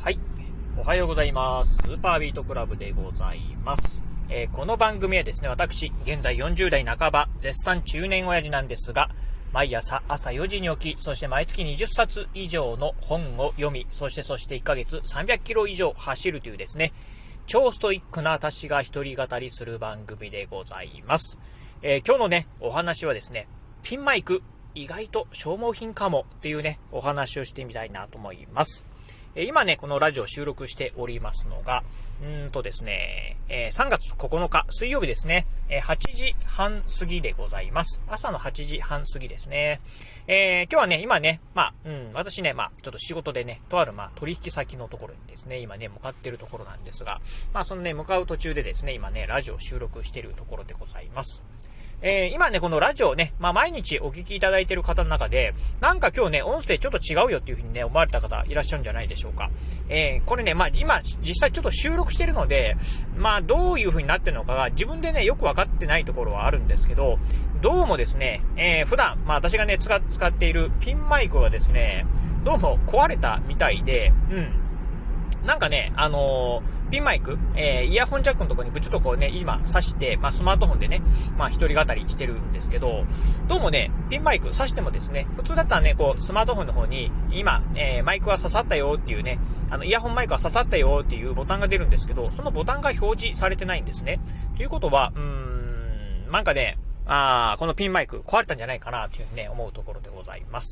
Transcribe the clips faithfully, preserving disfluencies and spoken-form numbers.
はい。おはようございます。スーパービートクラブでございます。えー、この番組はですね、私、現在よんじゅう代半ば、絶賛中年親父なんですが、毎朝朝よじに起き、そして毎月にじゅっさつ以上の本を読み、そしてそしていっかげつさんびゃくキロ以上走るというですね、超ストイックな私が一人語りする番組でございます。えー、今日のね、お話はですね、ピンマイク、意外と消耗品かもっていうね、お話をしてみたいなと思います。今ね、このラジオを収録しておりますのが、うーんとですね、えー、さんがつここのか水曜日ですね、えー、はちじはん過ぎでございます。朝のはちじはん過ぎですね。えー、今日はね、今ね、まあ、うん、私ね、まあ、ちょっと仕事でね、とあるまあ、取引先のところにですね、今ね、向かっているところなんですが、まあ、そのね、向かう途中でですね、今ね、ラジオを収録しているところでございます。えー、今ね、このラジオをね、まあ、毎日お聞きいただいている方の中で、なんか今日ね、音声ちょっと違うよっていうふうにね、思われた方いらっしゃるんじゃないでしょうか。えー、これね、まあ、今、実際ちょっと収録してるので、まあ、どういうふうになってるのかが、自分でね、よくわかってないところはあるんですけど、どうもですね、えー、普段、まあ、私がね、使、使っているピンマイクがですね、どうも壊れたみたいで、うん。なんかね、あのー、ピンマイク、えー、イヤホンジャックのところにブチッとこうね、今挿して、まあスマートフォンでね、まあ一人語りしてるんですけど、どうもね、ピンマイク挿してもですね、普通だったらね、こうスマートフォンの方に、今、えー、マイクは刺さったよっていうね、あの、イヤホンマイクは刺さったよっていうボタンが出るんですけど、そのボタンが表示されてないんですね。ということは、うーん、なんかね、あーこのピンマイク壊れたんじゃないかなというふうにね、思うところでございます。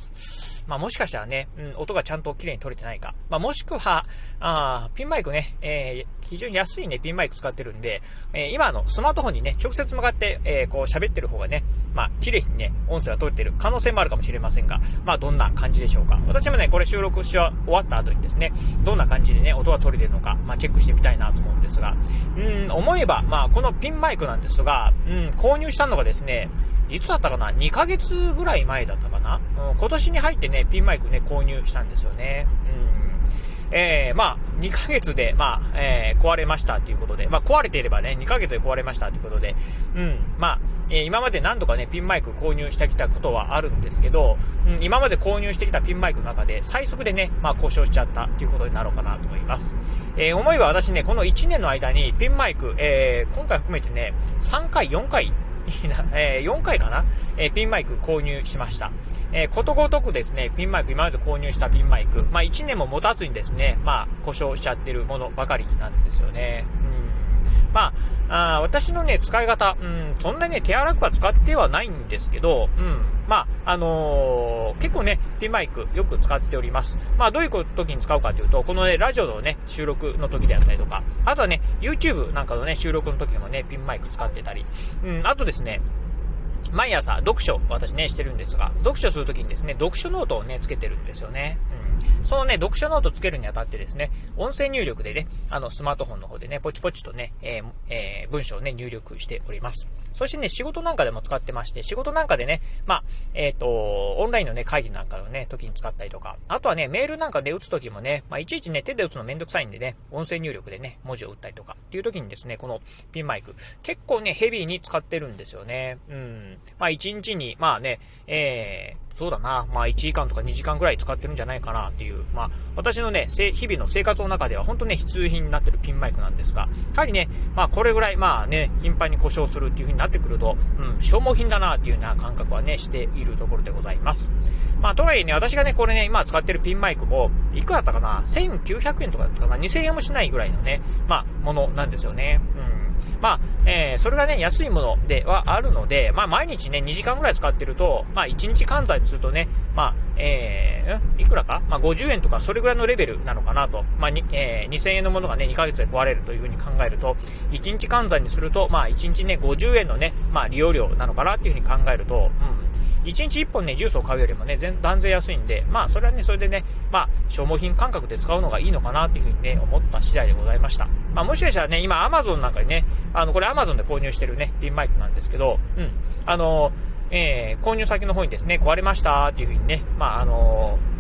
まあもしかしたらね、うん、音がちゃんと綺麗に取れてないか。まあもしくは、あピンマイクね、えー、非常に安いね、ピンマイク使ってるんで、えー、今のスマートフォンにね、直接向かって、えー、こう喋ってる方がね、まあ綺麗にね、音声が取れてる可能性もあるかもしれませんが、まあどんな感じでしょうか。私もね、これ収録し終わった後にですね、どんな感じでね、音が取れてるのか、まあチェックしてみたいなと思うんですが、うん、思えば、まあこのピンマイクなんですが、うん、購入したのがですね、いつだったかな ?にかげつぐらい前だったかな、うん、今年に入ってね、ピンマイクね、購入したんですよね。うん。えー、まあ、にかげつで、まあ、えー、壊れましたということで、まあ、壊れていればね、にかげつで壊れましたということで、うん、まあ、えー、今まで何度かね、ピンマイク購入してきたことはあるんですけど、うん、今まで購入してきたピンマイクの中で、最速でね、まあ、故障しちゃったということになろうかなと思います。えー、思えば私ね、このいちねんの間に、ピンマイク、えー、今回含めてね、さんかい、よんかい、えー、よんかいかな、えー、ピンマイク購入しました。えー、ことごとくですね、ピンマイク、今まで購入したピンマイク、まあいちねんも持たずにですね、まあ故障しちゃってるものばかりなんですよね。うん、まあ、あ私のね、使い方、うん、そんなにね、手荒くは使ってはないんですけど、うん、まあ、あのー、結構ね、ピンマイクよく使っております。まあ、どういう時に使うかというと、このね、ラジオのね、収録の時であったりとか、あとはね、YouTube なんかのね、収録の時にもね、ピンマイク使ってたり、うん、あとですね、毎朝読書、私ね、してるんですが、読書するときにですね、読書ノートをね、つけてるんですよね。うん。そのね、読書ノートつけるにあたってですね、音声入力でね、あの、スマートフォンの方でね、ポチポチとね、えーえー、文章をね、入力しております。そしてね、仕事なんかでも使ってまして、仕事なんかでね、まあ、えっと、オンラインのね、会議なんかのね、時に使ったりとか、あとはね、メールなんかで打つときもね、まあ、いちいちね、手で打つのめんどくさいんでね、音声入力でね、文字を打ったりとか、っていう時にですね、このピンマイク、結構ね、ヘビーに使ってるんですよね。うん。まあ、いちにちに、まあね、えー、そうだな、まあいちじかんとかにじかんぐらい使ってるんじゃないかなっていう、まあ私のね、日々の生活の中では本当ね、必需品になってるピンマイクなんですが、やはりね、まあこれぐらい、まあね、頻繁に故障するっていう風になってくると、うん、消耗品だなっていうような感覚はね、しているところでございます。まあとはいえね、私がね、これね、今使ってるピンマイクも、いくらだったかな、せんきゅうひゃくえんとかだったかな、にせんえんもしないぐらいのね、まあ、ものなんですよね。うん。まあ、えー、それがね、安いものではあるので、まあ、毎日ね、にじかんぐらい使ってると、まあ、いちにち換算するとね、まあ、えー、いくらかまあ、ごじゅうえんとか、それぐらいのレベルなのかなと。まあ、に、えー、にせんえんのものがね、にかげつで壊れるというふうに考えると、いちにち換算にすると、まあ、いちにちね、ごじゅうえんのね、まあ、利用料なのかなっていうふうに考えると、うん。いちにちいっぽんね、ジュースを買うよりもね、全断然安いんで、まあ、それはね、それでね、まあ、消耗品感覚で使うのがいいのかなっていうふうにね、思った次第でございました。まあ、もしかしたらね、今、アマゾンなんかにね、あの、これアマゾンで購入してるね、ピンマイクなんですけど、うん。あの、えー、購入先の方にですね、壊れましたっていうふうにね、まあ、あの、うん。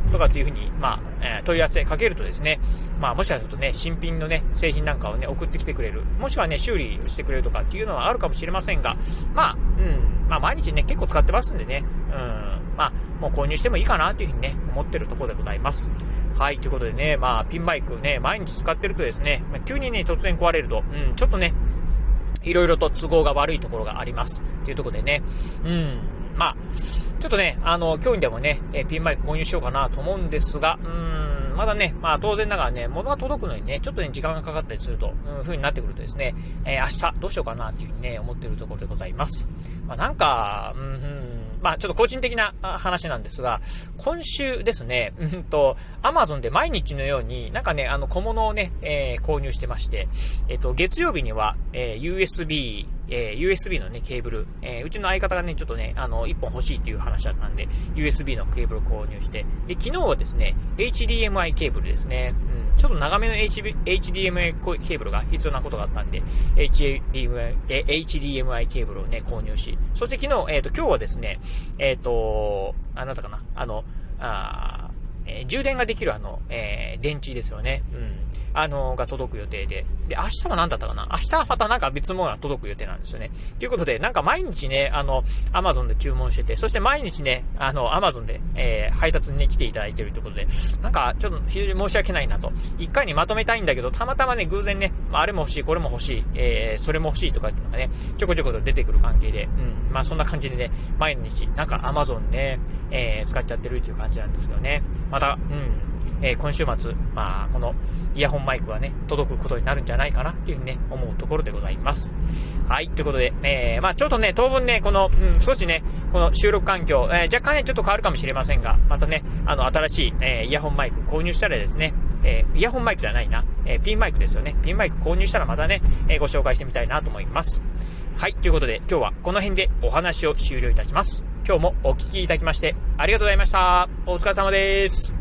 とかっていうふうに、まあ、えー、問い合わせかけるとですね、まあ、もしかするとね、新品のね、製品なんかをね、送ってきてくれる。もしくはね、修理してくれるとかっていうのはあるかもしれませんが、まあ、うん、まあ、毎日ね、結構使ってますんでね、うん、まあ、もう購入してもいいかなというふうにね、思ってるところでございます。はい、ということでね、まあ、ピンマイクね、毎日使ってるとですね、まあ、急にね、突然壊れると、うん、ちょっとね、いろいろと都合が悪いところがあります。というところでね、うん、まあ、ちょっとね、あの、今日にでもね、えー、ピンマイク購入しようかなと思うんですが、うーん、まだね、まあ当然ながらね、物が届くのにね、ちょっとね、時間がかかったりすると、うん、風になってくるとですね、えー、明日どうしようかなっていうふうにね、思っているところでございます。まあなんか、うん、うんまあちょっと個人的な話なんですが、今週ですね、うんと、アマゾンで毎日のように、なんかね、あの小物をね、えー、購入してまして、えっと、月曜日には、えー、ユーエスビー、えー、ユーエスビー のね、ケーブル、えー、うちの相方がね、ちょっとね、あの、一本欲しいっていう話だったんで、ユーエスビー のケーブルを購入して、で、昨日はですね、エイチディーエムアイ ケーブルですね、うん、ちょっと長めの エイチディーエムアイ ケーブルが必要なことがあったんで、エイチディーエムアイ、エイチディーエムアイ ケーブルをね、購入し、そして昨日、えっと、今日はですね、えっと、あ、なんだかな、あの、あえー、充電ができるあの、えー、電池ですよね。うん。あのー、が届く予定で。で、明日は何だったかな？明日はまたなんか別のものが届く予定なんですよね。ということで、なんか毎日ね、あの、アマゾンで注文してて、そして毎日ね、あの、アマゾンで、えー、配達にね、来ていただいているということで、なんかちょっと非常に申し訳ないなと。一回にまとめたいんだけど、たまたまね、偶然ね、まあ、あれも欲しい、これも欲しい、えー、それも欲しいとかっていうのがね、ちょこちょこと出てくる関係で、うん。まあそんな感じでね、毎日、なんかアマゾンね、えー、使っちゃってるっていう感じなんですけどね。また、うん。えー、今週末、まあ、このイヤホンマイクがね、届くことになるんじゃないかなっていうふうにね、思うところでございます。はい、ということで、えー、まあちょっとね、当分ね、この、うん、少しね、この収録環境、えー、若干ね、ちょっと変わるかもしれませんが、またね、あの、新しい、えー、イヤホンマイク購入したらですね、えー、イヤホンマイクじゃないな、えー、ピンマイクですよね。ピンマイク購入したらまたね、えー、ご紹介してみたいなと思います。はい、ということで、今日はこの辺でお話を終了いたします。今日もお聞きいただきまして、ありがとうございました。お疲れ様です。